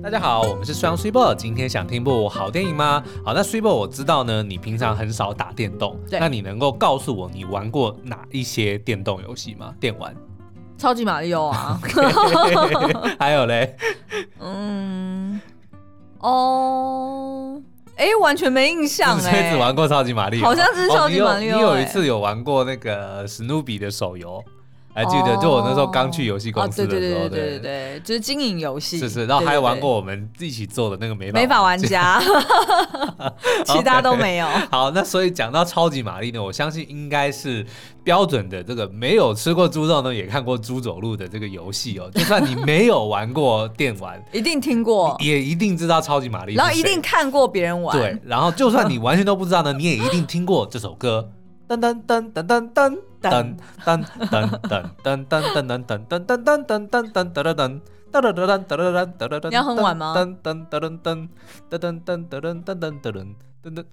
大家好，我们是双 Super， 今天想听部好电影吗？好，那 Super 我知道呢，你平常很少打电动，那你能够告诉我你玩过哪一些电动游戏吗？电玩？ 超级马里奥啊。 还有嘞？ 完全没印象所以只玩过超级马里奥， 好像是超级马里奥。 你有一次有玩过那个史努比的手游？还记得，就我那时候刚去游戏公司的时候， 对，就是经营游戏， 是，然后还玩过我们一起做的那个美法玩家， 其他都没有。 好，那所以讲到超级玛丽呢，我相信应该是标准的这个没有吃过猪肉呢，也看过猪走路的这个游戏哦。就算你没有玩过电玩， 一定听过， 也一定知道超级玛丽， 然后一定看过别人玩。 对，然后就算你完全都不知道呢，你也一定听过这首歌。噔噔噔噔噔噔。噔噔噔噔噔噔噔噔噔噔噔噔噔噔噔噔噔， 你要很晚吗？ 噔噔噔噔噔噔噔噔噔噔噔噔噔。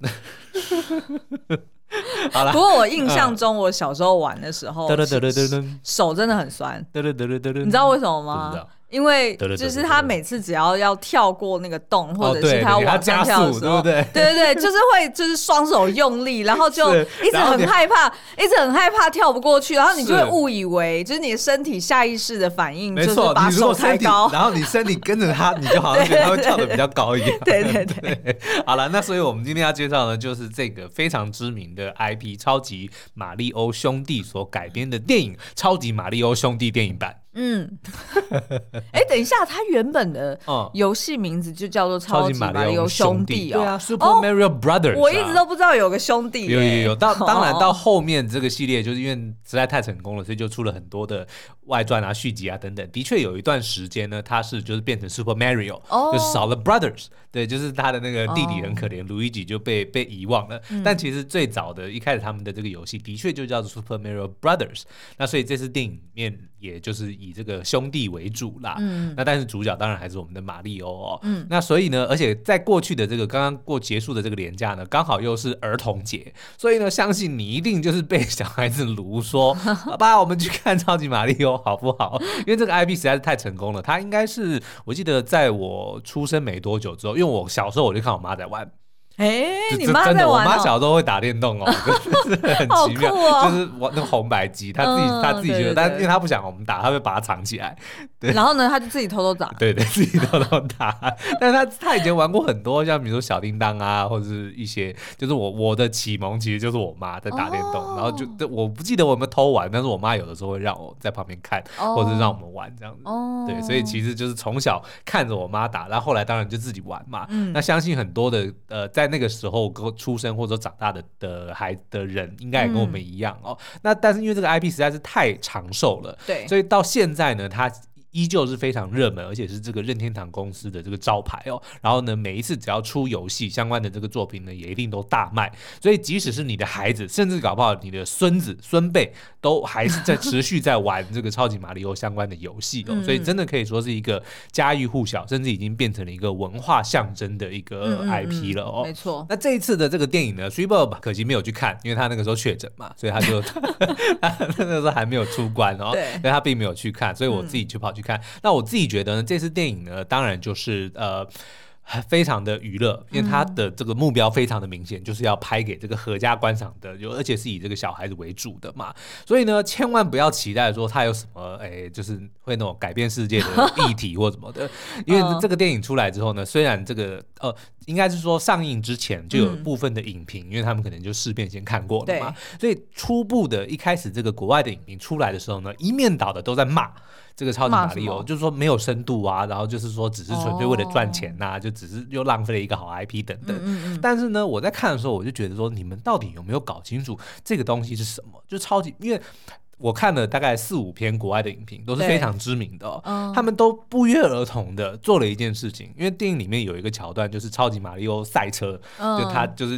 好了， 不过我印象中，我小时候玩的时候，手真的很酸。你知道为什么吗？因为就是他每次只要跳过那个洞，或者是他要往上跳的时候，对，就是会就是双手用力，然后就一直很害怕跳不过去，然后你就会误以为就是你的身体下意识的反应就是把手抬高， 然后你身体跟着他，你就好像觉得他会跳得比较高一样。 对。 好了，那所以我们今天要介绍的就是这个非常知名的 IP 超级马里欧兄弟所改编的电影《超级马里欧兄弟》电影版。 等一下，他原本的游戏名字就叫做超级马里奥兄弟对啊 ，Super Mario Brothers。 我一直都不知道有个兄弟。 有，当然到后面这个系列，就是因为实在太成功了，所以就出了很多的外传啊、续集啊等等。的确有一段时间呢，他是就是变成 Super Mario，就是少了 Brothers。对，就是他的那个弟弟很可怜，路易吉就被遗忘了。但其实最早的一开始他们的这个游戏的确就叫做 Super Mario Brothers。那所以这次电影里面也就是以这个兄弟为主啦。那但是主角当然还是我们的马里欧哦。那所以呢，而且在过去的这个刚刚结束的这个连假呢，刚好又是儿童节，所以呢，相信你一定就是被小孩子撸说，爸爸，我们去看超级马里欧好不好？因为这个 IP 实在是太成功了，它应该是我记得在我出生没多久之后，因为我小时候我就看我妈在玩。 你妈在玩。 真的，我妈小时候会打电动哦，就是很奇妙，就是玩那个红白机，她自己觉得，但因为她不想我们打，她会把它藏起来。对， 然后呢，她就自己偷偷打。 对，自己偷偷打。但是她以前玩过很多，像比如说小叮当啊，或者是一些，就是我的启蒙其实就是我妈在打电动，然后就我不记得我有没有偷玩，但是我妈有的时候会让我在旁边看，或者是让我们玩这样子。对，所以其实就是从小看着我妈打，然后后来当然就自己玩嘛。那相信很多的在那个时候出生或者长大的孩子的人，应该也跟我们一样哦。那但是因为这个 IP 实在是太长寿了， 对， 所以到现在呢，它依旧是非常热门，而且是这个任天堂公司的这个招牌哦。然后呢，每一次只要出游戏相关的这个作品呢，也一定都大卖。所以即使是你的孩子，甚至搞不好你的孙子孙辈，都还是在持续在玩这个超级马里奥相关的游戏哦。所以真的可以说是一个家喻户晓，甚至已经变成了一个文化象征的一个 IP 了哦。 没错。 那这一次的这个电影呢 ，Super 可惜没有去看，因为他那个时候确诊嘛，所以他就他那个时候还没有出关哦，所以他并没有去看，所以我自己就跑去看。那我自己觉得呢，这次电影呢，当然就是非常的娱乐，因为他的这个目标非常的明显，就是要拍给这个合家观赏的，而且是以这个小孩子为主的嘛。所以呢，千万不要期待说他有什么就是会那种改变世界的议题或什么的。因为这个电影出来之后呢，虽然这个应该是说上映之前就有部分的影评，因为他们可能就试片先看过了嘛，所以初步的一开始这个国外的影评出来的时候呢，一面倒的都在骂这个超级马里奥，就是说没有深度啊，然后就是说只是纯粹为了赚钱啊，就只是又浪费了一个好 IP 等等。但是呢，我在看的时候，我就觉得说，你们到底有没有搞清楚这个东西是什么？就超级，因为我看了大概4-5篇国外的影评，都是非常知名的哦，他们都不约而同的做了一件事情。因为电影里面有一个桥段，就是超级马里奥赛车，就他就是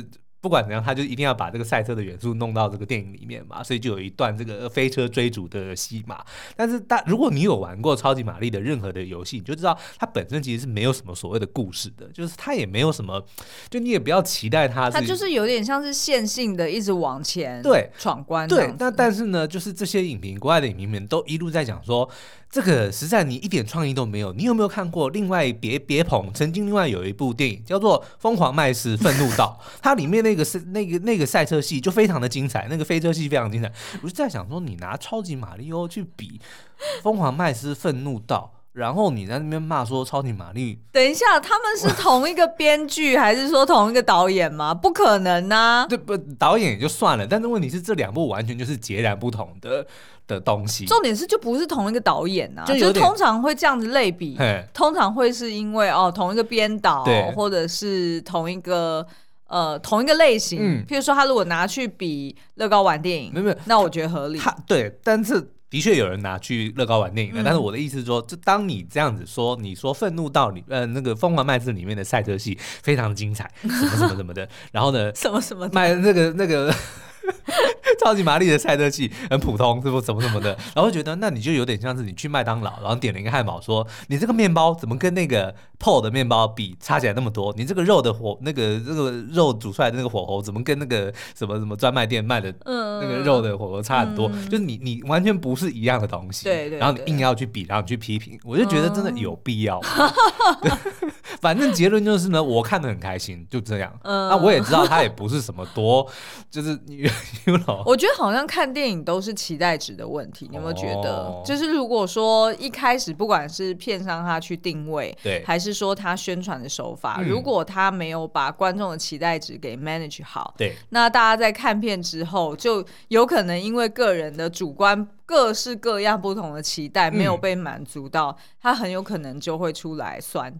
不管怎样，他就一定要把这个赛车的元素弄到这个电影里面嘛，所以就有一段这个飞车追逐的戏嘛。但是如果你有玩过超级玛丽的任何的游戏，你就知道它本身其实是没有什么所谓的故事的，就是它也没有什么，就你也不要期待它就是有点像是线性的一直往前闯关。 对，但是呢，就是这些国外的影评们都一路在讲说，这个实在你一点创意都没有。你有没有看过另外别捧曾经另外有一部电影叫做《疯狂麦斯愤怒道》，它里面那个赛车戏就非常的精彩，那个飞车戏非常精彩。我就在想说，你拿超级马里奥去比《疯狂麦斯愤怒道》，然后你在那边骂说超级玛丽， 等一下，他们是同一个编剧还是说同一个导演吗？不可能啊！ 对不，导演也就算了，但是问题是这两部完全就是截然不同的东西。 重点是就不是同一个导演啊，就通常会这样子类比，通常会是因为同一个编导，或者是同一个类型。譬如说他如果拿去比乐高玩电影，没有，那我觉得合理。 对，但是的确有人拿去乐高玩电影的，但是我的意思是说，就当你这样子说，你说愤怒到那个疯狂麦斯里面的赛车戏非常精彩，什么的，然后呢， 什么卖那个超级玛丽的赛车戏很普通，是不是什么的，然后觉得那你就有点像是你去麦当劳，然后点了一个汉堡，说你这个面包怎么跟那个 Paul 的面包比差起来那么多？你这个肉的这个肉煮出来的那个火候怎么跟那个什么专卖店卖的那个肉的火候差很多？就是你完全不是一样的东西， 对， 然后你硬要去比，然后你去批评，我就觉得真的有必要吗？反正结论就是呢，我看得很开心，就这样。那我也知道它也不是什么多，就是我觉得好像看电影都是期待值的问题，你有没有觉得？就是如果说一开始不管是片商他去定位， 对， 还是说他宣传的手法，如果他没有把观众的期待值给 manage 好， 对， 那大家在看片之后，就有可能因为个人的主观各式各样不同的期待没有被满足到，他很有可能就会出来酸。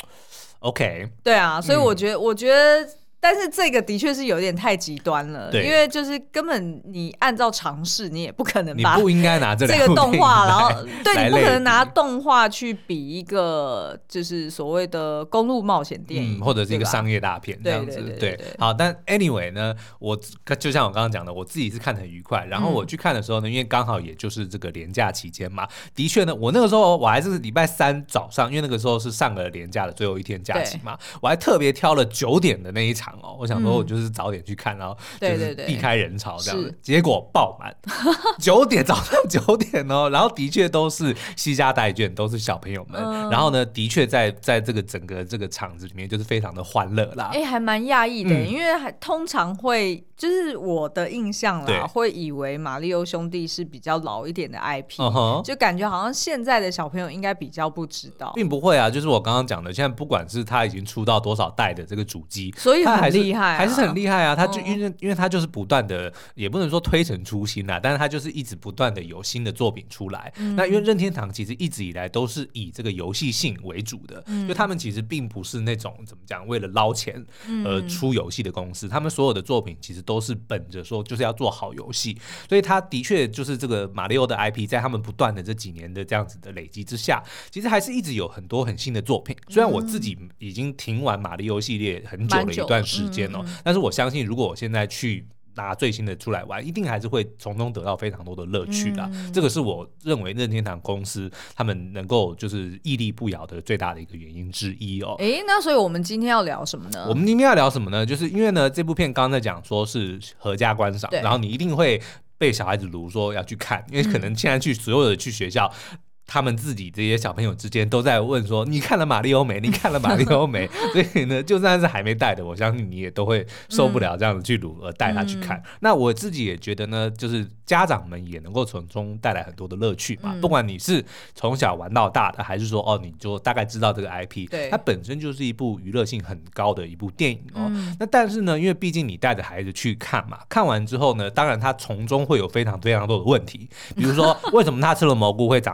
OK， 对啊，所以我觉得。但是这个的确是有点太极端了，因为就是根本你按照常识，你也不可能把你不应该拿这个动画，然后对你不可能拿动画去比一个就是所谓的公路冒险电影， 或者是一个商业大片这样子。对，好，但 anyway 呢，我就像我刚刚讲的，我自己是看得很愉快。然后我去看的时候呢，因为刚好也就是这个连假期间嘛，的确呢，我那个时候我还是礼拜3早上，因为那个时候是上了连假的最后一天假期嘛，我还特别挑了9点的那一场。我想说我就是早点去看，然后就是避开人潮这样子，结果爆满早上9点然后的确都是惜家带眷，都是小朋友们，然后呢的确在这个整个这个场子里面就是非常的欢乐啦。 还蛮讶异的，因为通常会就是我的印象啦，会以为马里奥兄弟是比较老一点的 IP，就感觉好像现在的小朋友应该比较不知道， 并不会啊，就是我刚刚讲的，现在不管是他已经出到多少代的这个主机， 所以很厉害还是很厉害啊！他就因为他就是不断的，也不能说推陈出新啦，但是他就是一直不断的有新的作品出来。那因为任天堂其实一直以来都是以这个游戏性为主的，就他们其实并不是那种怎么讲为了捞钱而出游戏的公司，他们所有的作品其实都是本着说就是要做好游戏，所以他的确就是这个马里奥的 IP 在他们不断的这几年的这样子的累积之下，其实还是一直有很多很新的作品。虽然我自己已经停玩马里奥系列很久的一段时间但是我相信如果我现在去拿最新的出来玩，一定还是会从中得到非常多的乐趣啦。这个是我认为任天堂公司他们能够就是屹立不摇的最大的一个原因之一那所以我们今天要聊什么呢？ 我们今天要聊什么呢？就是因为呢这部片刚刚在讲说是合家观赏，然后你一定会被小孩子撸说要去看，因为可能现在所有的去学校他们自己这些小朋友之间都在问说你看了马里奥没？你看了马里奥没？所以呢就算是还没带的，我相信你也都会受不了这样子去撸而带他去看。那我自己也觉得呢，就是家长们也能够从中带来很多的乐趣嘛。不管你是从小玩到大的，还是说你就大概知道这个 IP， 它本身就是一部娱乐性很高的一部电影那但是呢，因为毕竟你带着孩子去看嘛，看完之后呢，当然他从中会有非常非常多的问题，比如说为什么他吃了蘑菇会长大？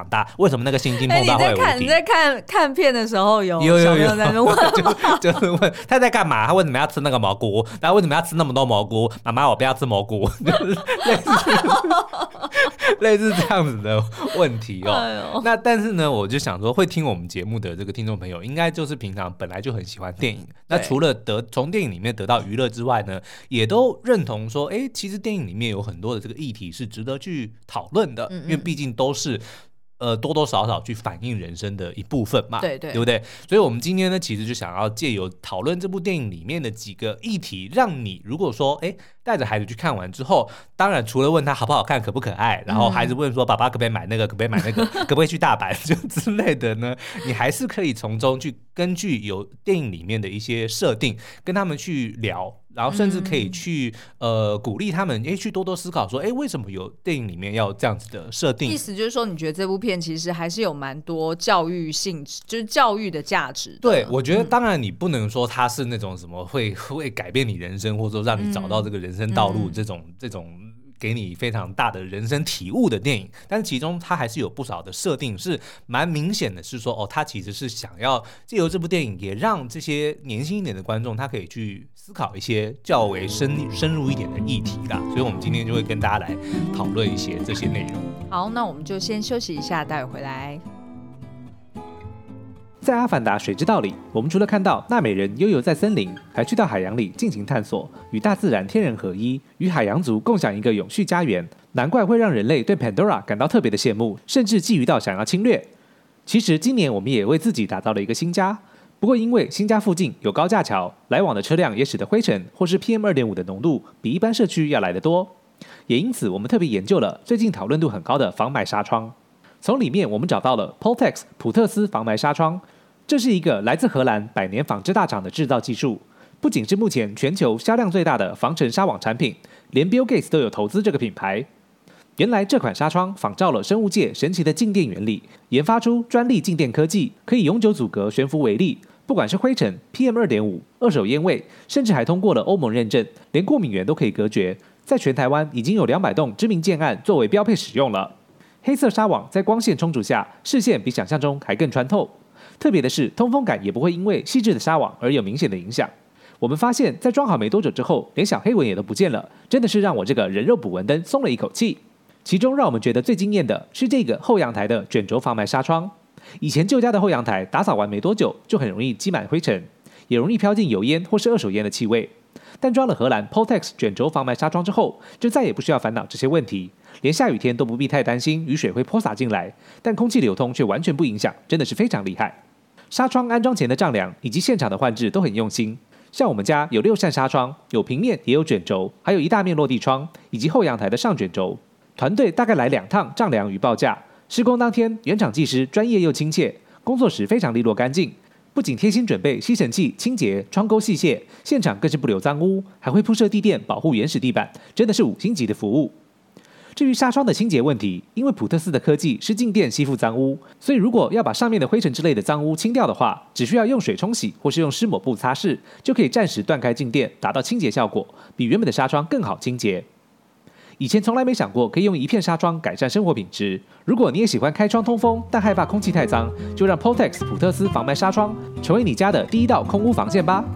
为什么那个星星碰到会无敌？ 你在看片的时候有小朋友在那问就是问他在干嘛，他为什么要吃那个蘑菇，然后为什么要吃那么多蘑菇，妈妈我不要吃蘑菇，就是类似这样子的问题哦。那但是呢，我就想说会听我们节目的这个听众朋友应该就是平常本来就很喜欢电影，那除了从电影里面得到娱乐之外呢，也都认同说其实电影里面有很多的这个议题是值得去讨论的，因为毕竟都是多多少少去反映人生的一部分嘛，对不对？所以我们今天呢，其实就想要借由讨论这部电影里面的几个议题，让你如果说带着孩子去看完之后，当然除了问他好不好看、可不可爱，然后孩子问说爸爸可不可以买那个、可不可以买那个、可不可以去大阪就之类的呢，你还是可以从中去根据有电影里面的一些设定跟他们去聊，然后甚至可以去鼓励他们去多多思考说为什么有电影里面要这样子的设定。 意思就是说你觉得这部片其实还是有蛮多教育性质，就是教育的价值的。 对，我觉得当然你不能说它是那种什么会改变你人生，或者说让你找到这个人生道路这种给你非常大的人生体悟的电影，但是其中它还是有不少的设定是蛮明显的，是说它其实是想要借由这部电影也让这些年轻一点的观众他可以去思考一些较为深入一点的议题啦，所以我们今天就会跟大家来讨论一些这些内容。 好，那我们就先休息一下，待会回来。 在《阿凡达：水之道》里，我们除了看到纳美人悠游在森林，还去到海洋里进行探索，与大自然天人合一，与海洋族共享一个永续家园。难怪会让人类对 Pandora 感到特别的羡慕，甚至觊觎到想要侵略。其实今年我们也为自己打造了一个新家，不过因为新家附近有高架桥，来往的车辆也使得灰尘或是 PM2.5 的浓度比一般社区要来得多。也因此，我们特别研究了最近讨论度很高的防霾纱窗。从里面我们找到了 Poltex 普特斯防霾纱窗，这是一个来自荷兰百年纺织大厂的制造技术，不仅是目前全球销量最大的防尘纱网产品，连 Bill Gates 都有投资这个品牌。原来这款纱窗仿照了生物界神奇的静电原理，研发出专利静电科技，可以永久阻隔悬浮微粒，不管是灰尘、PM2.5、二手烟味，甚至还通过了欧盟认证，连过敏源都可以隔绝。在全台湾已经有200栋知名建案作为标配使用了。黑色纱网在光线冲煮下，视线比想象中还更穿透。特别的是，通风感也不会因为细致的纱网而有明显的影响。我们发现，在装好没多久之后，连小黑蚊也都不见了，真的是让我这个人肉捕蚊灯松了一口气。其中让我们觉得最惊艳的是这个后阳台的卷轴防霾纱窗。以前旧家的后阳台打扫完没多久，就很容易积满灰尘，也容易飘进油烟或是二手烟的气味。但装了荷兰 Poltex 卷轴防霾纱窗之后，就再也不需要烦恼这些问题，连下雨天都不必太担心雨水会泼洒进来，但空气流通却完全不影响，真的是非常厉害。纱窗安装前的丈量以及现场的换置都很用心，像我们家有6扇纱窗，有平面也有卷轴，还有一大面落地窗，以及后阳台的上卷轴。团队大概来2趟丈量与报价，施工当天原厂技师专业又亲切，工作时非常利落干净，不仅贴心准备吸尘器清洁窗钩细卸，现场更是不留脏污，还会铺设地垫保护原始地板，真的是5星级的服务。至于纱窗的清洁问题，因为普特斯的科技是静电吸附脏污，所以如果要把上面的灰尘之类的脏污清掉的话，只需要用水冲洗或是用湿抹布擦拭，就可以暂时断开静电，达到清洁效果，比原本的纱窗更好清洁。以前从来没想过可以用一片纱窗改善生活品质。如果你也喜欢开窗通风，但害怕空气太脏，就让 Poltex 普特斯防霾纱窗成为你家的第一道空污防线吧。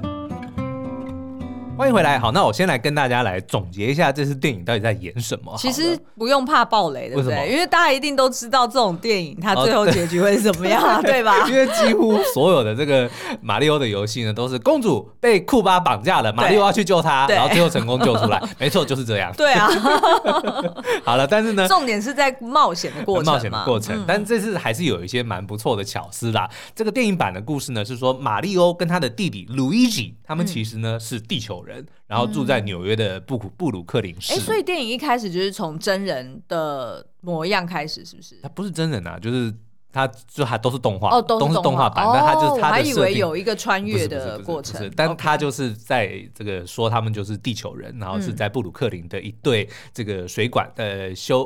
欢迎回来。好，那我先来跟大家来总结一下这次电影到底在演什么。 其实不用怕爆雷，对不对？因为大家一定都知道这种电影它最后结局会是怎么样，对吧？ 因为几乎所有的这个马里奥的游戏呢，都是公主被库巴绑架了，马里奥要去救她，然后最后成功救出来。没错，就是这样。 对啊。 好了，但是呢， 重点是在冒险的过程嘛。 冒险的过程，但这次还是有一些蛮不错的巧思啦。这个电影版的故事呢，是说马里奥跟他的弟弟路易吉，他们其实呢是地球人。然后住在纽约的布鲁克林市。 所以电影一开始就是从真人的模样开始，是不是？ 他不是真人啊，就是他就还都是动画， 都是动画版。但他就是他的设定， 我还以为有一个穿越的过程。 不是，但他就是在这个说他们就是地球人，然后是在布鲁克林的一对这个水管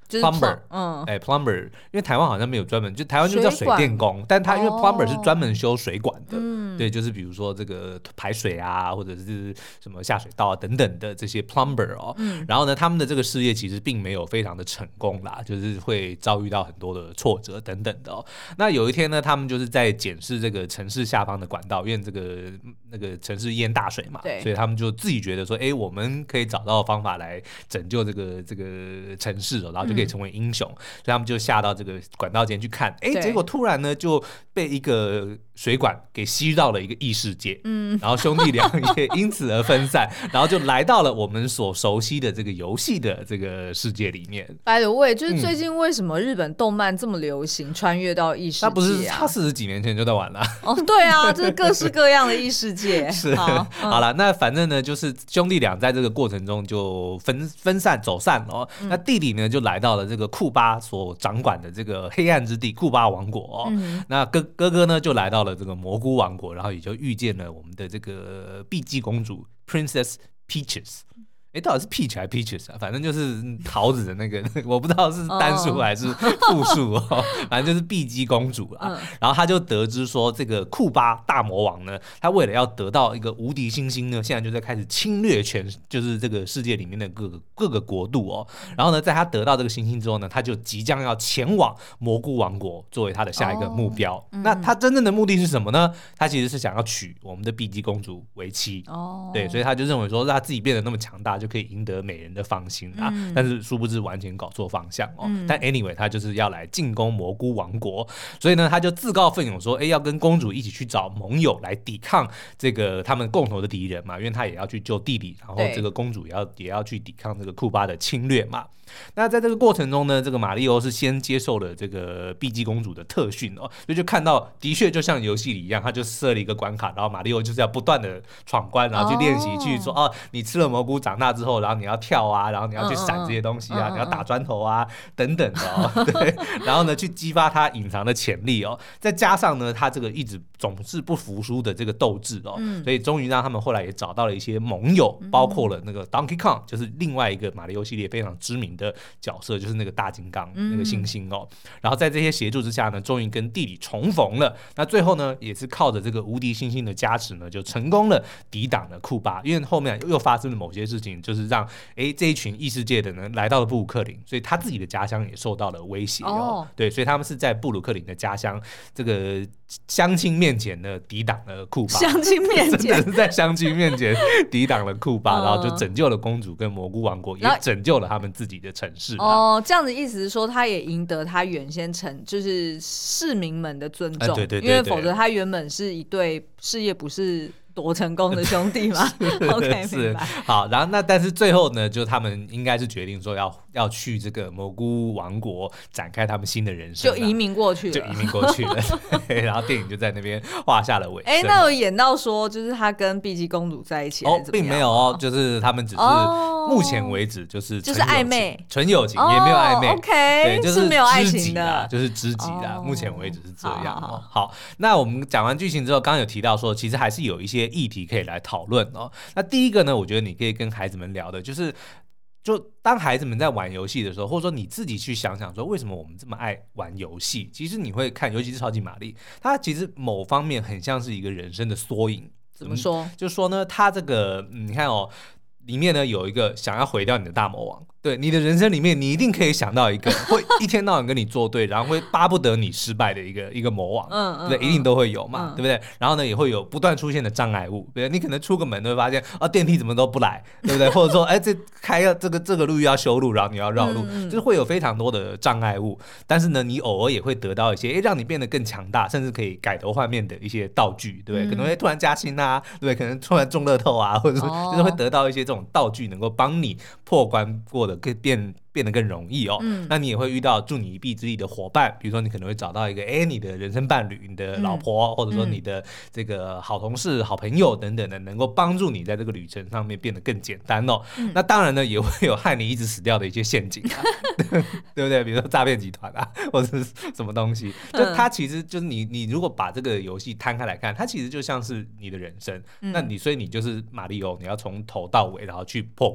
就是 plumber， plumber， 因为台湾好像没有专门，就台湾就叫水电工，但他因为 plumber 是专门修水管的，对，就是比如说这个排水啊，或者是什么下水道啊等等的这些 plumber 哦，然后呢，他们的这个事业其实并没有非常的成功啦，就是会遭遇到很多的挫折等等的哦。那有一天呢，他们就是在检视这个城市下方的管道，因为那个城市淹大水嘛，所以他们就自己觉得说，我们可以找到方法来拯救这个城市哦，然后就可以成为英雄，所以他们就下到这个管道间去看，结果突然呢就被一个水管给吸到了一个异世界，然后兄弟俩也因此而分散，然后就来到了我们所熟悉的这个游戏的这个世界里面。 By the way， 就是最近为什么日本动漫这么流行穿越到异世界啊？ 他不是他40几年前就在玩了对啊，就是各式各样的异世界。 是好了，那反正呢，就是兄弟俩在这个过程中就分散走散了那弟弟呢就来到了这个库巴所掌管的这个黑暗之地库巴王国那哥哥呢就来到了这个蘑菇王国，然后也就遇见了我们的这个碧姬公主 Princess Peaches。到底是 peach 还是 peaches 啊？反正就是桃子的那个，我不知道是单数还是复数反正就是碧姬公主啦。然后他就得知说，这个库巴大魔王呢，他为了要得到一个无敌星星呢，现在就在开始侵略就是这个世界里面的各个国度然后呢，在他得到这个星星之后呢，他就即将要前往蘑菇王国作为他的下一个目标。那他真正的目的是什么呢？他其实是想要娶我们的碧姬公主为妻。对，所以他就认为说，他自己变得那么强大，就可以赢得美人的芳心但是殊不知完全搞错方向但 anyway 他就是要来进攻蘑菇王国，所以呢他就自告奋勇说要跟公主一起去找盟友来抵抗这个他们共同的敌人嘛，因为他也要去救弟弟，然后这个公主也要去抵抗这个库巴的侵略嘛。那在这个过程中呢，这个马里欧是先接受了这个碧姬公主的特训所以就看到的确就像游戏里一样，他就设了一个关卡，然后马里欧就是要不断的闯关，然后去练习去说你吃了蘑菇长大之后，然后你要跳啊，然后你要去闪这些东西啊，你要打砖头啊等等的对，然后呢去激发他隐藏的潜力再加上呢他这个一直总是不服输的这个斗志所以终于让他们后来也找到了一些盟友，包括了那个 Donkey Kong， 就是另外一个马里奥系列非常知名的角色，就是那个大金刚那个猩猩然后在这些协助之下呢，终于跟弟弟重逢了。那最后呢，也是靠着这个无敌猩猩的加持呢，就成功了抵挡了库巴。因为后面又发生了某些事情，就是让这一群异世界的人来到了布鲁克林，所以他自己的家乡也受到了威胁对，所以他们是在布鲁克林的家乡这个乡亲面前呢抵挡了库巴。 乡亲面前真的是在乡亲面前抵挡了库巴然后就拯救了公主跟蘑菇王国，也拯救了他们自己的城市这样子意思是说，他也赢得他原先就是市民们的尊重， 对， 因为否则他原本是一对事业不是多成功的兄弟嘛OK 明白。 好，然后但是最后呢，就他们应该是决定说要去这个蘑菇王国展开他们新的人生， 就移民过去了然后电影就在那边画下了尾声。 那有演到说就是他跟碧姬公主在一起并没有就是他们只是目前为止就是暧昧纯友情也没有暧昧 OK 对，就是没有爱情的， 就是知己的目前为止是这样好，那我们讲完剧情之后，刚刚有提到说其实还是有一些议题可以来讨论那第一个呢，我觉得你可以跟孩子们聊的就当孩子们在玩游戏的时候，或者说你自己去想想说为什么我们这么爱玩游戏，其实你会看，尤其是超级玛丽，它其实某方面很像是一个人生的缩影。 怎么说？ 就说呢，它这个你看里面呢有一个想要毁掉你的大魔王，对，你的人生里面你一定可以想到一个会一天到晚跟你作对，然后会巴不得你失败的一个魔王，对，一定都会有嘛，对不对？然后呢也会有不断出现的障碍物，对，你可能出个门都会发现电梯怎么都不来，对不对？或者说这这个路要修路，然后你要绕路，就是会有非常多的障碍物。但是呢你偶尔也会得到一些让你变得更强大，甚至可以改头换面的一些道具，对不对？可能会突然加薪啊，对不对？可能突然中乐透啊，或者说就是会得到一些这种道具能够帮你破关过的变得更容易那你也会遇到助你一臂之力的伙伴，比如说你可能会找到一个你的人生伴侣，你的老婆，或者说你的这个好同事、好朋友等等的，能够帮助你在这个旅程上面变得更简单那当然呢也会有害你一直死掉的一些陷阱对不对？比如说诈骗集团或者是什么东西，就它其实就是你如果把这个游戏摊开来看，它其实就像是你的人生那所以你就是马里欧，你要从头到尾然后去破关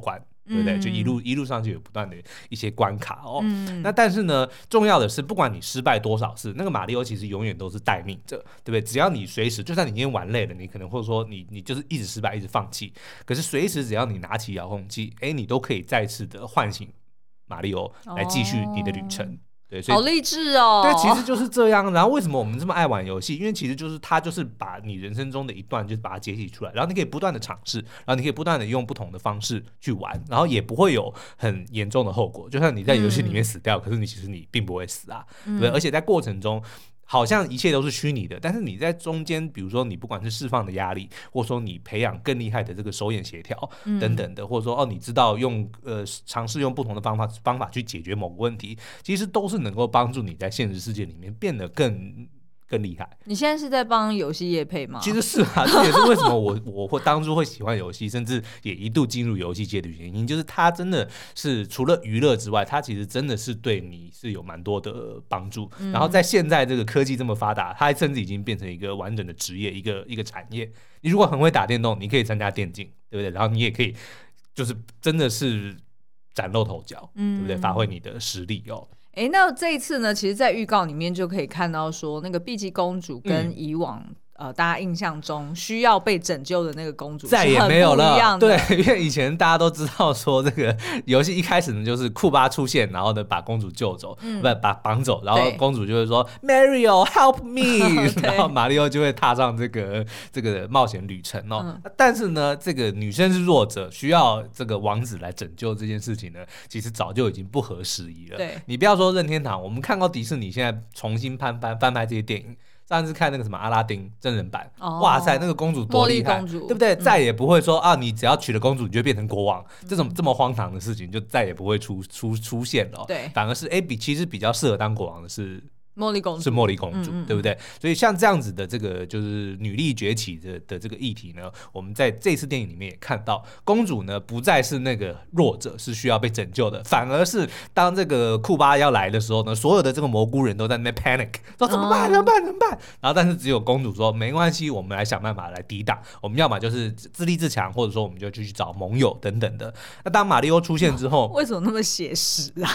对不对？就一路上就有不断的一些关卡哦。那但是呢，重要的是，不管你失败多少次，那个马里奥其实永远都是待命者，对不对？只要你随时，就算你今天玩累了，你可能或者说你就是一直失败，一直放弃，可是随时只要你拿起遥控器，你都可以再次的唤醒马里奥来继续你的旅程。对，所以好励志哦。 对，其实就是这样。然后为什么我们这么爱玩游戏？因为其实就是它就是把你人生中的一段，就是把它解析出来，然后你可以不断的尝试，然后你可以不断的用不同的方式去玩，然后也不会有很严重的后果。就像你在游戏里面死掉，可是其实你并不会死啊，对，而且在过程中。好像一切都是虚拟的，但是你在中间，比如说你不管是释放的压力，或者说你培养更厉害的这个手眼协调等等的，或者说你知道尝试用不同的方法去解决某个问题，其实都是能够帮助你在现实世界里面变得更厉害。 你现在是在帮游戏业配吗？ 其实是啊，这也是为什么我会当初会喜欢游戏，甚至也一度进入游戏界的原因，就是它真的是除了娱乐之外，它其实真的是对你是有蛮多的帮助。然后在现在这个科技这么发达，它甚至已经变成一个完整的职业，一个产业。你如果很会打电动，你可以参加电竞，对不对？然后你也可以就是真的是崭露头角，对不对？发挥你的实力哦。 那这一次呢，其实在预告里面就可以看到说，那个碧姬公主跟以往大家印象中需要被拯救的那个公主再也没有了。对，因为以前大家都知道说这个游戏一开始呢就是库巴出现，然后呢把公主救走，不把绑走，然后公主就会说 Mario help me 然后马里奥就会踏上这个冒险旅程哦。但是呢，这个女生是弱者，需要这个王子来拯救这件事情呢，其实早就已经不合时宜了。 对， 你不要说任天堂，我们看到迪士尼现在重新翻拍这些电影。上次看那个什么阿拉丁真人版，哇塞，那个公主多厉害，对不对？再也不会说你只要娶了公主你就变成国王，这种这么荒唐的事情就再也不会出现了。 对， 反而是其实比较适合当国王的是茉莉公主， 是茉莉公主，对不对？所以像这样子的这个就是女力崛起的这个议题呢，我们在这次电影里面也看到，公主呢不再是那个弱者，是需要被拯救的，反而是当这个库巴要来的时候呢，所有的这个蘑菇人都在那边 panic， 说怎么办？然后但是只有公主说没关系，我们来想办法来抵挡。我们要么就是自立自强，或者说我们就去找盟友等等的。那当马里奥出现之后， 为什么那么写实啊？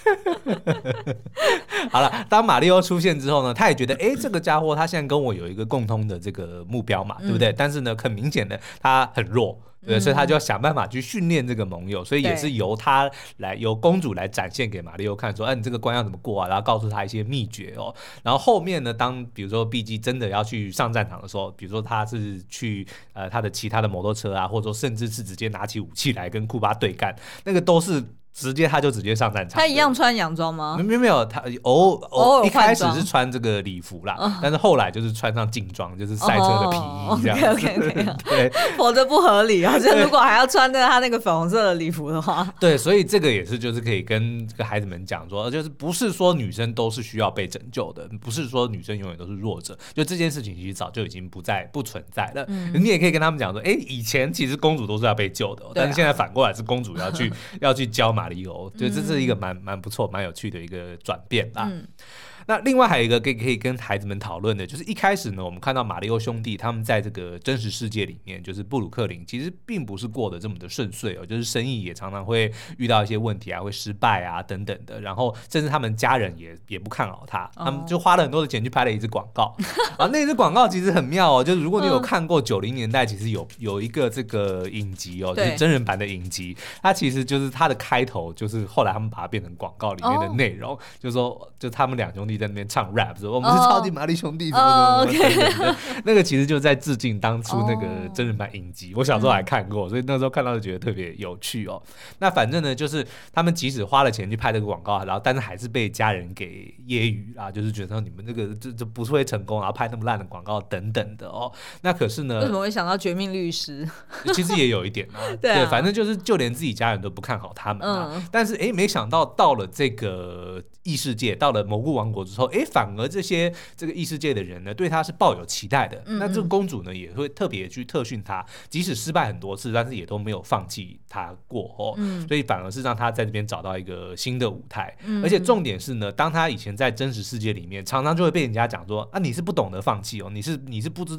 好了，当马里奥出现之后呢，他也觉得这个家伙他现在跟我有一个共通的这个目标嘛，对不对？但是呢，很明显的他很弱。对，所以他就要想办法去训练这个盟友，所以也是由公主来展现给马里奥看，说，你这个关要怎么过啊？然后告诉他一些秘诀哦。然后后面呢，当比如说碧姬真的要去上战场的时候，比如说他是去他的其他的摩托车啊，或者说甚至是直接拿起武器来跟库巴对干，那个都是。他就直接上战场。 他一样穿洋装吗？ 没有，他偶尔一开始是穿这个礼服啦，但是后来就是穿上劲装，就是赛车的皮衣这样子。 对，否则不合理啊！就如果还要穿着他那个粉红色的礼服的话， 对，所以这个也是就是可以跟这个孩子们讲说，就是不是说女生都是需要被拯救的，不是说女生永远都是弱者，就这件事情其实早就已经不存在了。你也可以跟他们讲说，以前其实公主都是要被救的，但是现在反过来是公主要去教马里奥，就这是一个蛮不错、蛮有趣的一个转变啦。那另外还有一个可以跟孩子们讨论的，就是一开始呢，我们看到马里奥兄弟他们在这个真实世界里面，就是布鲁克林其实并不是过得这么的顺遂哦，就是生意也常常会遇到一些问题啊，会失败啊等等的，然后甚至他们家人也不看好他们就花了很多的钱去拍了一支广告啊，那支广告其实很妙哦，就是如果你有看过90年代，其实有一个这个影集哦，就是真人版的影集，它其实就是它的开头，就是后来他们把它变成广告里面的内容，就是说就他们两兄弟在那边唱 rap 说我们是超级玛丽兄弟什么等等的，那个其实就在致敬当初那个真人版影集，我小时候还看过，所以那时候看到就觉得特别有趣哦。那反正呢，就是他们即使花了钱去拍这个广告，然后但是还是被家人给揶揄啊，就是觉得说你们这个这不是会成功，然后拍那么烂的广告等等的哦。那可是呢， 为什么会想到绝命律师？ 其实也有一点啊，对，反正就是就连自己家人都不看好他们啊。但是没想到到了这个异世界，到了蘑菇王国之后，反而这个异世界的人呢，对他是抱有期待的。那这个公主呢，也会特别去特训他，即使失败很多次，但是也都没有放弃他过哦。所以反而是让他在这边找到一个新的舞台。而且重点是呢，当他以前在真实世界里面，常常就会被人家讲说啊，你是不懂得放弃哦，你是不知道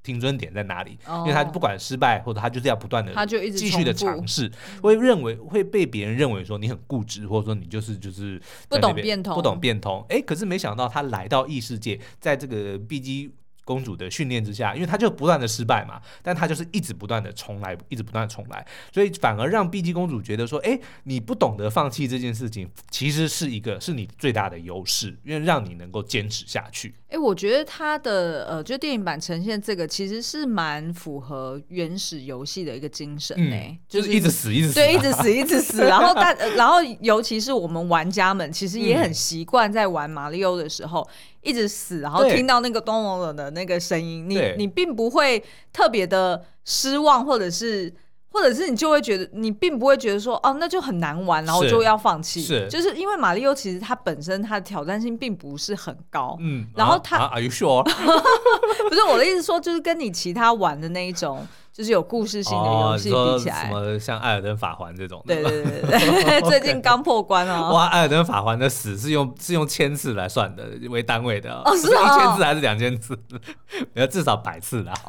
停损点在哪里，因为他不管失败或者他就是要不断的继续的尝试，会被别人认为说你很固执，或者说你就是不懂变通，可是没想到他来到异世界，在这个碧姬公主的训练之下，因为他就不断的失败嘛，但他就是一直不断的重来，所以反而让碧姬公主觉得说，你不懂得放弃这件事情，其实是你最大的优势，因为让你能够坚持下去。 我觉得他的就电影版呈现这个其实是蛮符合原始游戏的一个精神就是一直死对，一直死然后尤其是我们玩家们其实也很习惯在玩马里奥的时候一直死，然后听到那个咚咚咚的那个声音，你并不会特别的失望，或者是你就会觉得，你并不会觉得说那就很难玩，然后就要放弃。就是因为马里奥其实它本身它的挑战性并不是很高，然后它 Are you sure？ 不是我的意思说，就是跟你其他玩的那一种。就是有故事性的游戏比起来， 什么像艾尔登法环这种的， 对，最近刚破关哦。 哇，艾尔登法环的死是用千次来算的为单位的是 1000次还是2000次？至少100次啦。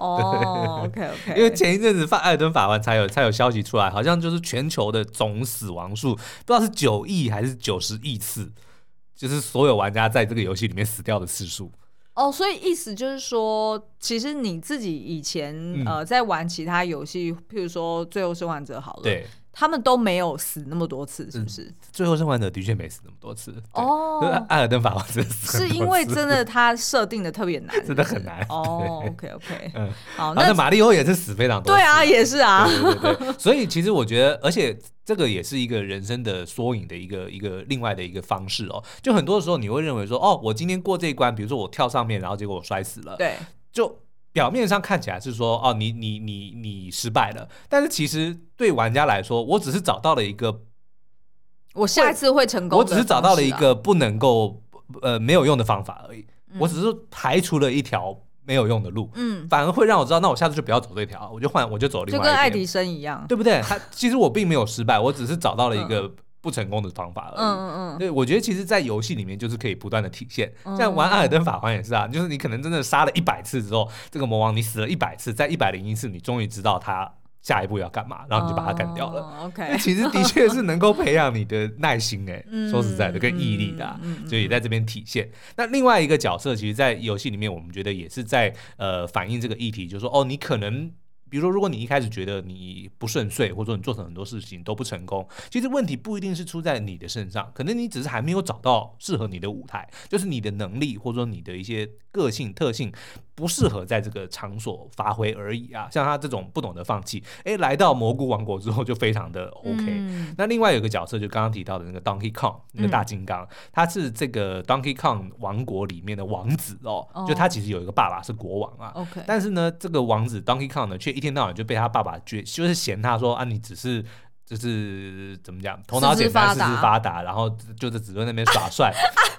OK， 因为前一阵子艾尔登法环才有消息出来，好像就是全球的总死亡数不知道是9亿还是90亿次，就是所有玩家在这个游戏里面死掉的次数。 所以意思就是说，其实你自己以前在玩其他游戏，譬如说《最后生还者》好了， 对， 他们都没有死那么多次，是不是？ 最后生还者的确没死那么多次艾尔登法环真的死很多次， 是因为真的他设定的特别难， 真的很难。 OK， 好， 那马里奥也是死非常多次， 对啊，也是啊， 对。所以其实我觉得，而且这个也是一个人生的缩影的一个另外的一个方式就很多的时候你会认为说，我今天过这一关，比如说我跳上面，然后结果我摔死了， 对， 就表面上看起来是说，你失败了，但是其实对玩家来说，我只是找到了一个我下一次会成功的我只是找到了一个不能够没有用的方法而已，我只是排除了一条没有用的路，反而会让我知道，那我下次就不要走这条，我就走另外一边， 就跟爱迪生一样， 对不对？其实我并没有失败，我只是找到了一个不成功的方法而已。对，我觉得其实在游戏里面就是可以不断的体现，像玩艾尔登法环也是啊，就是你可能真的杀了100次之后，这个魔王你死了100次，在101次你终于知道他下一步要干嘛，然后你就把它干掉了。 OK， 其实的确是能够培养你的耐心说实在的跟毅力的所以也在这边体现。那另外一个角色，其实在游戏里面我们觉得也是在反映这个议题，就是说你可能比如说如果你一开始觉得你不顺遂，或者说你做成很多事情都不成功，其实问题不一定是出在你的身上，可能你只是还没有找到适合你的舞台，就是你的能力或者说你的一些个性特性不适合在这个场所发挥而已啊。像他这种不懂得放弃，来到蘑菇王国之后就非常的 OK。那另外有一个角色就刚刚提到的那个 Donkey Kong 那个大金刚，他是这个 Donkey Kong 王国里面的王子就他其实有一个爸爸是国王啊。但是呢这个王子 Donkey Kong 呢却一天到晚就被他爸爸就是嫌他说你只是就是怎么讲头脑简单四肢发达，然后就是只在那边耍帅。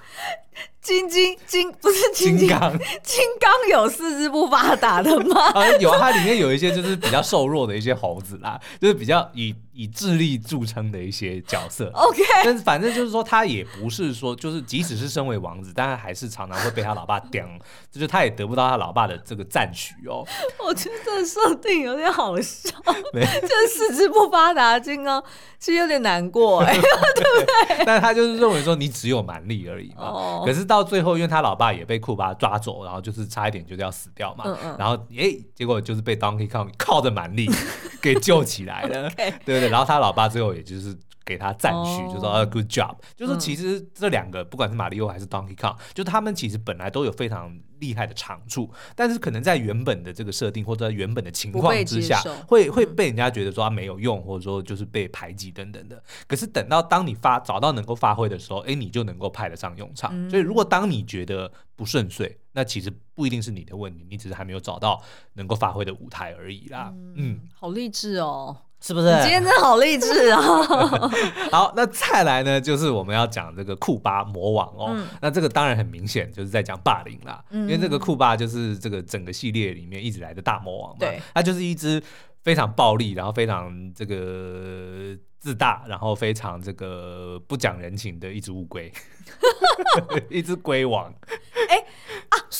不是金刚有四肢不发达的吗？ 有它里面有一些就是比较瘦弱的一些猴子啦，就是比较以智力著称的一些角色。 OK， 但是反正就是说他也不是说就是即使是身为王子，但他还是常常会被他老爸刁，就是他也得不到他老爸的这个赞许我觉得这个设定有点好笑，就是四肢不发达的金刚其实有点难过对不对？ 但他就是认为说你只有蛮力而已嘛。可是到最后因为他老爸也被库巴抓走，然后就是差一点就是要死掉嘛。然后结果就是被 Donkey Kong 靠着蛮力给救起来了对不对？然后他老爸最后也就是给他赞许，就说good job， 就说其实这两个不管是马里奥还是 Donkey Kong， 就他们其实本来都有非常厉害的长处，但是可能在原本的这个设定或者在原本的情况之下，会被人家觉得说他没有用，或者说就是被排挤等等的。可是等到当你找到能够发挥的时候，你就能够派得上用场。所以如果当你觉得不顺遂，那其实不一定是你的问题，你只是还没有找到能够发挥的舞台而已啦。 好励志哦。 是不是？ 你今天真的好励志啊！ 好，那再来呢，就是我们要讲这个库巴魔王那这个当然很明显就是在讲霸凌啦，因为这个库巴就是这个整个系列里面一直来的大魔王嘛， 对， 他就是一只非常暴力，然后非常这个自大，然后非常这个不讲人情的一只乌龟，一只龟王。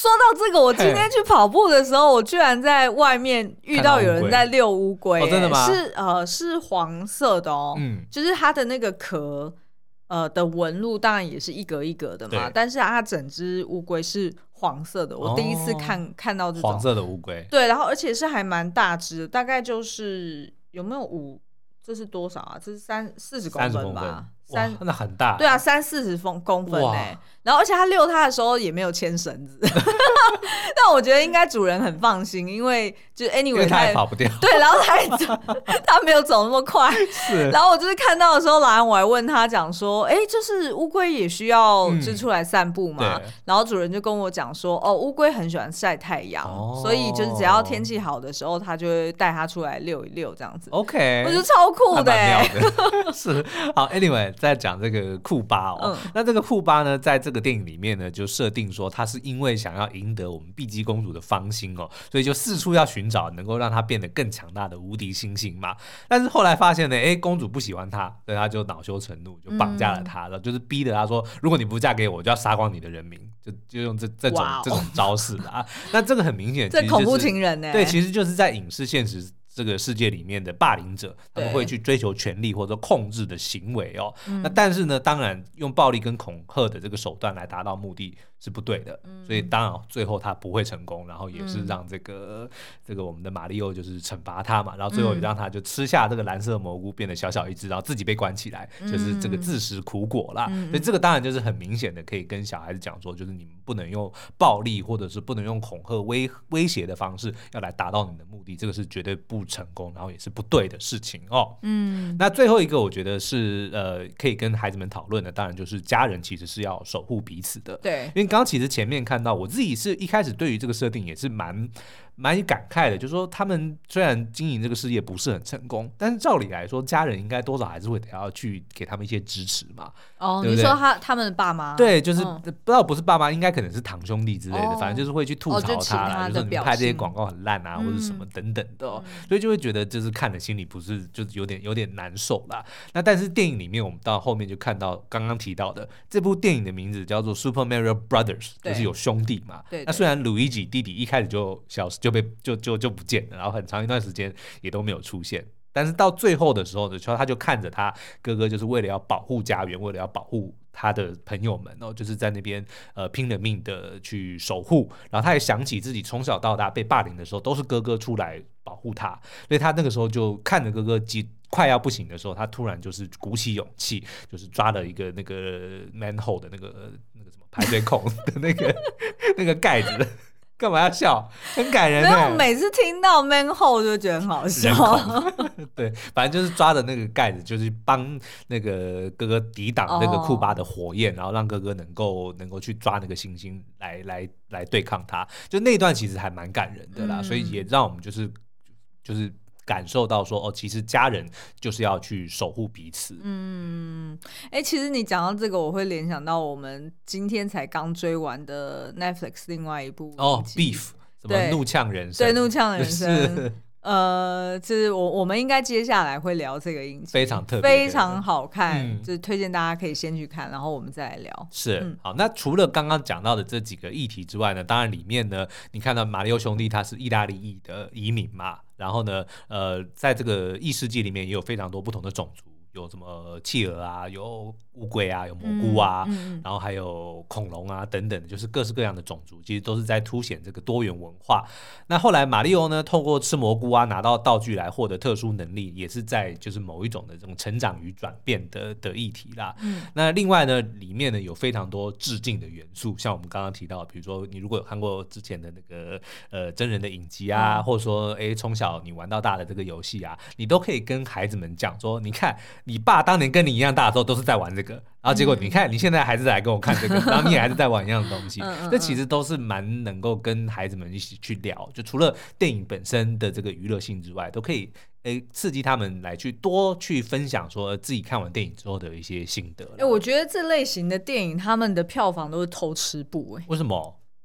说到这个，我今天去跑步的时候，我居然在外面遇到有人在遛乌龟， 真的吗？ 是黄色的哦，就是它的那个壳的纹路当然也是一格一格的嘛，但是它整只乌龟是黄色的，我第一次看到这种黄色的乌龟， 对，然后而且是还蛮大只的，大概就是有没有这是多少啊？这是40公分吧？ 那很大， 对啊，30-40公分欸。然后而且他遛它的时候也没有牵绳子，但我觉得应该主人很放心，因为就 anyway 因为他也跑不掉， 对，然后他没有走那么快， 是。 然后我就是看到的时候，我还问他讲说，就是乌龟也需要就出来散步嘛，然后主人就跟我讲说，乌龟很喜欢晒太阳，所以就是只要天气好的时候，他就会带它出来遛一遛这样子。 OK， 我觉得超酷的是。好 ，Anyway， 在讲这个库巴那这个库巴呢，在这个电影里面呢，就设定说他是因为想要赢得我们碧姬公主的芳心所以就四处要寻找能够让她变得更强大的无敌猩猩嘛。但是后来发现呢，公主不喜欢他，所以他就恼羞成怒，就绑架了他，就是逼着他说，如果你不嫁给我，我就要杀光你的人民，就用这种招式啦。那这个很明显， 这恐怖情人呢？ 对，其实就是在影视现实这个世界里面的霸凌者，他们会去追求权力或者控制的行为那但是呢，当然用暴力跟恐吓的这个手段来达到目的是不对的，所以当然最后他不会成功，然后也是让这个我们的马里奥就是惩罚他嘛，然后最后也让他就吃下这个蓝色蘑菇，变得小小一只，然后自己被关起来，就是这个自食苦果啦。所以这个当然就是很明显的可以跟小孩子讲说，就是你们不能用暴力或者是不能用恐吓威胁的方式要来达到你的目的，这个是绝对不成功，然后也是不对的事情那最后一个我觉得是可以跟孩子们讨论的，当然就是家人其实是要守护彼此的。 对， 因为刚刚其实前面看到，我自己是一开始对于这个设定也是蛮感慨的，就是说他们虽然经营这个事业不是很成功，但是照理来说，家人应该多少还是会得要去给他们一些支持嘛。对不对？ 你说他们的爸妈？ 对，就是不知道不是爸妈，应该可能是堂兄弟之类的，反正就是会去吐槽他啦，就是你拍这些广告很烂啊，或者什么等等的所以就会觉得就是看了心里不是就是有点难受啦。那但是电影里面我们到后面就看到刚刚提到的这部电影的名字叫做 Super Mario Brothers， 就是有兄弟嘛。 对。 那虽然鲁伊吉弟弟一开始就消失，就不见了，然后很长一段时间也都没有出现。但是到最后的时候呢，他就看着他哥哥，就是为了要保护家园，为了要保护他的朋友们就是在那边拼了命的去守护。然后他也想起自己从小到大被霸凌的时候，都是哥哥出来保护他，所以他那个时候就看着哥哥快要不行的时候，他突然就是鼓起勇气，就是抓了一个那个 manhole 的那个什么排水孔的那个盖子。干嘛要笑？很感人。没有，每次听到 manhole 就觉得很好笑。 对，反正就是抓的那个盖子，就是帮那个哥哥抵挡那个库巴的火焰，然后让哥哥能够去抓那个星星来对抗他。就那段其实还蛮感人的啦，所以也让我们就是感受到说其实家人就是要去守护彼此。 其实你讲到这个，我会联想到我们今天才刚追完的 Netflix 另外一部 Beef， 什么怒呛人生？ 对，怒呛人生。就是我们应该接下来会聊这个影集， 非常特别， 非常好看，就是推荐大家可以先去看，然后我们再来聊。 是，好，那除了刚刚讲到的这几个议题之外呢，当然里面呢，你看到马里奥兄弟他是意大利裔的移民嘛，然后呢，在这个异世界里面也有非常多不同的种族。有什么企鹅啊，有乌龟啊，有蘑菇啊，然后还有恐龙啊等等，就是各式各样的种族，其实都是在凸显这个多元文化。那后来马里奥呢，透过吃蘑菇啊，拿到道具来获得特殊能力，也是在就是某一种的这种成长与转变的议题啦。那另外呢，里面呢有非常多致敬的元素，像我们刚刚提到，比如说你如果有看过之前的那个真人的影集啊，或者说从小你玩到大的这个游戏啊，你都可以跟孩子们讲说，你看。你爸当年跟你一样大的时候都是在玩这个，然后结果你看你现在还是来跟我看这个，然后你也还是在玩一样的东西，这其实都是蛮能够跟孩子们一起去聊，就除了电影本身的这个娱乐性之外，都可以刺激他们来去多去分享说自己看完电影之后的一些心得。 我觉得这类型的电影他们的票房都是偷吃步。 为什么？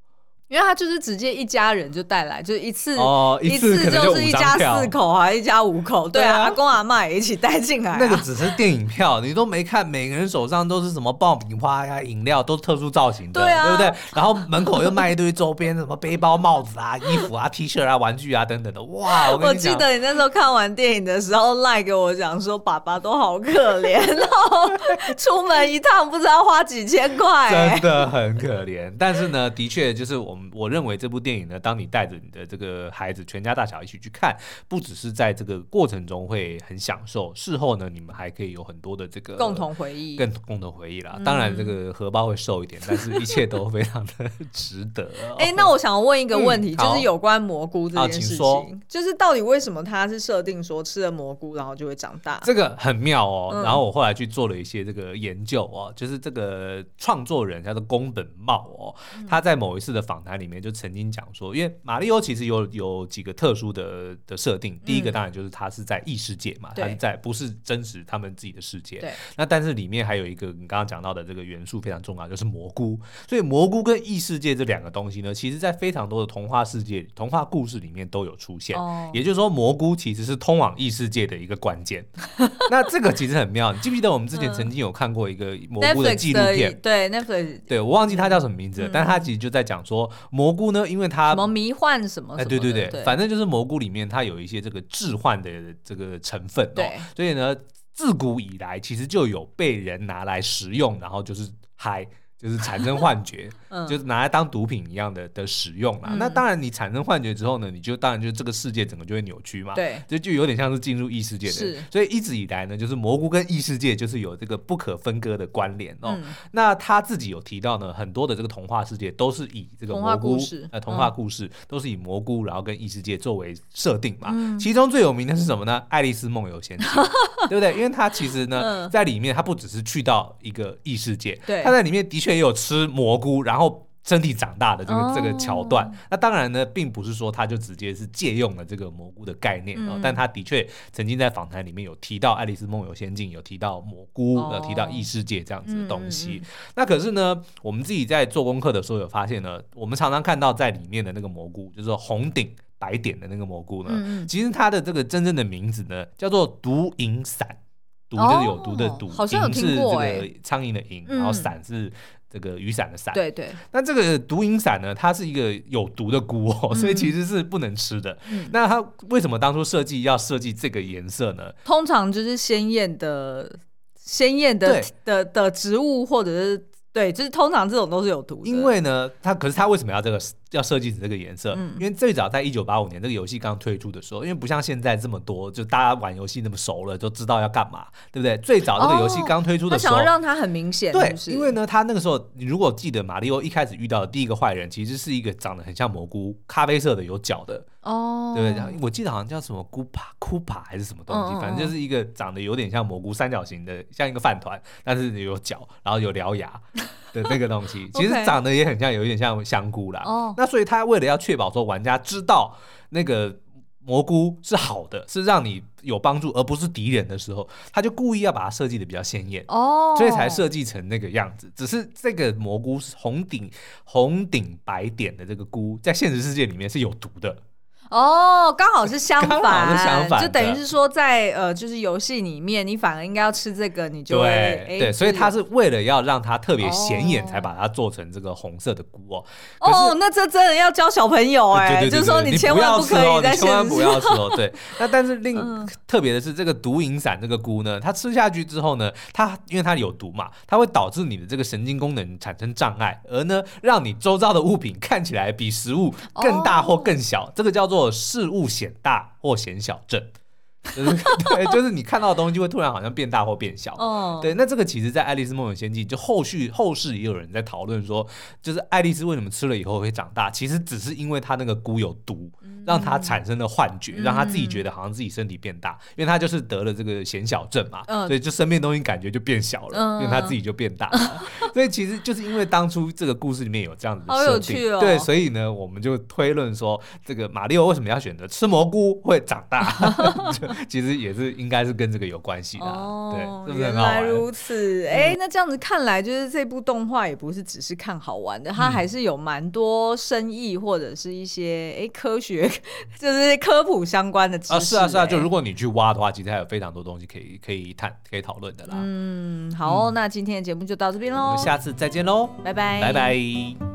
因为他就是直接一家人就带来，就是一次就是一家4口还一家5口，对啊，阿公阿嬷也一起带进来那个只是电影票，你都没看，每个人手上都是什么爆米花呀、饮料，都是特殊造型的，对不对？然后门口又卖一堆周边，什么背包、帽子啊、衣服啊、T 恤啊、玩具啊等等的，哇！我记得你那时候看完电影的时候赖给我讲说爸爸都好可怜，然后出门一趟不知道花几千块， 真的很可怜。但是呢，的确就是我认为这部电影呢，当你带着你的这个孩子全家大小一起去看，不只是在这个过程中会很享受，事后呢你们还可以有很多的这个共同回忆啦。当然这个荷包会瘦一点，但是一切都非常的值得。 那我想问一个问题，就是有关蘑菇这件事情，就是到底为什么它是设定说吃了蘑菇然后就会长大？ 这个很妙哦。然后我后来去做了一些这个研究哦，就是这个创作人叫做宫本茂哦，他在某一次的访谈里面就曾经讲说，因为马里欧其实有几个特殊的设定，第一个当然就是他是在异世界嘛，他是在不是真实他们自己的世界，对。那但是里面还有一个你刚刚讲到的这个元素非常重要，就是蘑菇。所以蘑菇跟异世界这两个东西呢，其实在非常多的童话世界、童话故事里面都有出现。也就是说，蘑菇其实是通往异世界的一个关键。那这个其实很妙，你记不记得我们之前曾经有看过一个蘑菇的纪录片？ 对 Netflix， 对，我忘记它叫什么名字，但它其实就在讲说蘑菇呢，因为它什么迷幻什么什么的， 对，反正就是蘑菇里面它有一些这个致幻的这个成分所以呢，自古以来其实就有被人拿来食用，然后就是嗨。就是产生幻觉，就是拿来当毒品一样的使用啦。那当然，你产生幻觉之后呢，你就当然就这个世界整个就会扭曲嘛。对，就有点像是进入异世界的。所以一直以来呢，就是蘑菇跟异世界就是有这个不可分割的关联哦。那他自己有提到呢，很多的这个童话世界都是以这个蘑菇童话故事都是以蘑菇然后跟异世界作为设定嘛。其中最有名的是什么呢？爱丽丝梦游仙境，对不对？因为他其实呢，在里面他不只是去到一个异世界，他在里面的确也有吃蘑菇，然后身体长大的这个桥段。那当然呢，并不是说他就直接是借用了这个蘑菇的概念但他的确曾经在访谈里面有提到《爱丽丝梦游仙境》，有提到蘑菇，有提到异世界这样子的东西。那可是呢，我们自己在做功课的时候有发现呢，我们常常看到在里面的那个蘑菇，就是说红顶白点的那个蘑菇呢，其实它的这个真正的名字呢叫做毒蝇伞。毒就是有毒的毒， 蝇是这个苍蝇的蝇，然后伞是这个雨伞的伞。 对。 那这个毒蝇伞呢，它是一个有毒的菇所以其实是不能吃的。那它为什么当初要设计这个颜色呢？ 通常就是鲜艳的植物，或者是对，就是通常这种都是有毒的。 因为呢，可是它为什么要设计成这个颜色？因为最早在1985年这个游戏刚推出的时候，因为不像现在这么多，就大家玩游戏那么熟了，就知道要干嘛，对不对？最早这个游戏刚推出的时候， 他想要让它很明显， 对，因为呢，他那个时候，你如果记得马里奥一开始遇到的第一个坏人，其实是一个长得很像蘑菇、咖啡色的、有角的。对不对？我记得好像叫什么库帕还是什么东西，反正就是一个长得有点像蘑菇三角形的，像一个饭团，但是有角，然后有獠牙的那个东西，其实长得也很像，有一点像香菇啦。那所以他为了要确保说玩家知道那个蘑菇是好的，是让你有帮助而不是敌人的时候，他就故意要把它设计的比较鲜艳所以才设计成那个样子。只是这个蘑菇是红顶白点的这个菇，在现实世界里面是有毒的。 刚好是相反，就等于是说在就是游戏里面，你反而应该要吃这个，你就会对，所以他是为了要让它特别显眼，才把它做成这个红色的菇那这真的要教小朋友就是说你千万不可以在千万不要吃对，那但是特别的是这个毒蝇伞这个菇呢，它吃下去之后呢，因为它有毒嘛，它会导致你的这个神经功能产生障碍，而呢让你周遭的物品看起来比食物更大或更小，这个叫做视物显大或显小症。对，就是你看到的东西会突然好像变大或变小。对，那这个其实在《爱丽丝梦游仙境》就后世也有人在讨论说，就是爱丽丝为什么吃了以后会长大，其实只是因为它那个菇有毒， 让他产生了幻觉，让他自己觉得好像自己身体变大，因为他就是得了这个显小症嘛，所以就身边东西感觉就变小了，因为他自己就变大了。所以其实就是因为当初这个故事里面有这样子的设定， 好有趣哦。 对，所以呢，我们就推论说，这个马里奥为什么要选择吃蘑菇会长大，其实也是应该是跟这个有关系的。对，是不是很好玩？ 原来如此，那这样子看来，就是这部动画也不是只是看好玩的，它还是有蛮多深意或者是一些科学，就是科普相关的知识。 是啊，就如果你去挖的话，其实还有非常多东西可以讨论的啦。 好，那今天的节目就到这边喽， 我们下次再见喽， 拜拜， 拜拜。